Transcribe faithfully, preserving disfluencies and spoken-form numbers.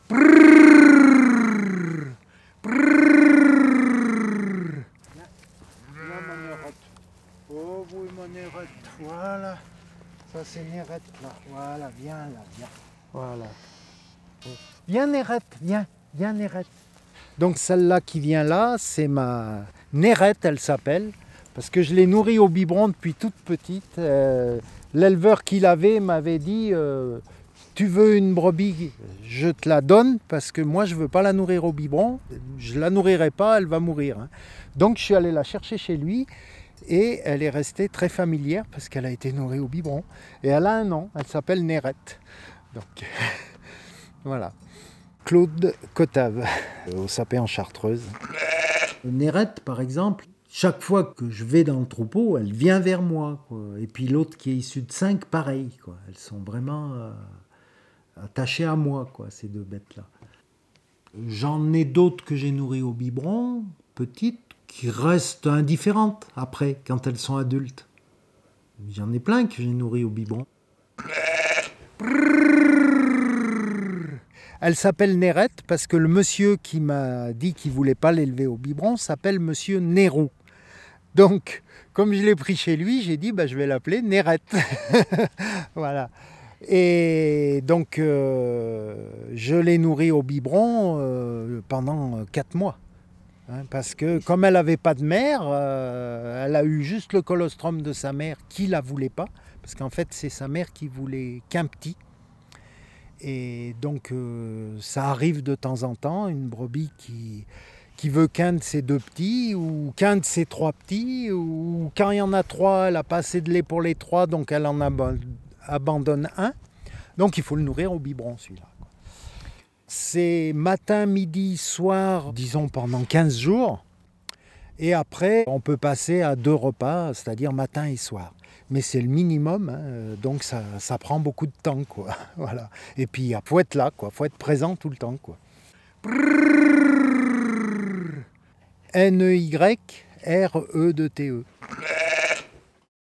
Prrrr, prrrrr. Là, mon Néret. Oh oui, mon Néret. Voilà. Ça, c'est Néret, là. Voilà, viens là, viens. Voilà. Viens, Néret, viens. Viens, Néret. Donc, celle-là qui vient là, c'est ma Néret, elle s'appelle. Parce que je l'ai nourrie au biberon depuis toute petite. Euh, l'éleveur qui l'avait m'avait dit euh, tu veux une brebis, je te la donne parce que moi je ne veux pas la nourrir au biberon. Je ne la nourrirai pas, elle va mourir. Hein. Donc je suis allé la chercher chez lui et elle est restée très familière parce qu'elle a été nourrie au biberon. Et elle a un nom, elle s'appelle Néret. Donc voilà. Claude Cotave, au Sapé en Chartreuse. Néret, par exemple, chaque fois que je vais dans le troupeau, elle vient vers moi, quoi. Et puis l'autre qui est issue de cinq, pareil, quoi. Elles sont vraiment euh, attachées à moi, quoi, ces deux bêtes-là. J'en ai d'autres que j'ai nourries au biberon, petites, qui restent indifférentes après, quand elles sont adultes. J'en ai plein que j'ai nourries au biberon. Elle s'appelle Nérette parce que le monsieur qui m'a dit qu'il ne voulait pas l'élever au biberon s'appelle monsieur Nérou. Donc, comme je l'ai pris chez lui, j'ai dit bah, je vais l'appeler Nérette. Voilà. Et donc, euh, je l'ai nourrie au biberon euh, pendant quatre mois. Hein, parce que comme elle n'avait pas de mère, euh, elle a eu juste le colostrum de sa mère qui ne la voulait pas. Parce qu'en fait, c'est sa mère qui voulait qu'un petit. Et donc, euh, ça arrive de temps en temps, une brebis qui... qui veut qu'un de ses deux petits, ou qu'un de ses trois petits, ou quand il y en a trois, elle n'a pas assez de lait pour les trois, donc elle en abandonne un. Donc il faut le nourrir au biberon, celui-là. C'est matin, midi, soir, disons pendant quinze jours. Et après, on peut passer à deux repas, c'est-à-dire matin et soir. Mais c'est le minimum, hein, donc ça, ça prend beaucoup de temps, quoi. Voilà. Et puis il faut être là, quoi. Faut être présent tout le temps, quoi. N E Y R E D T E.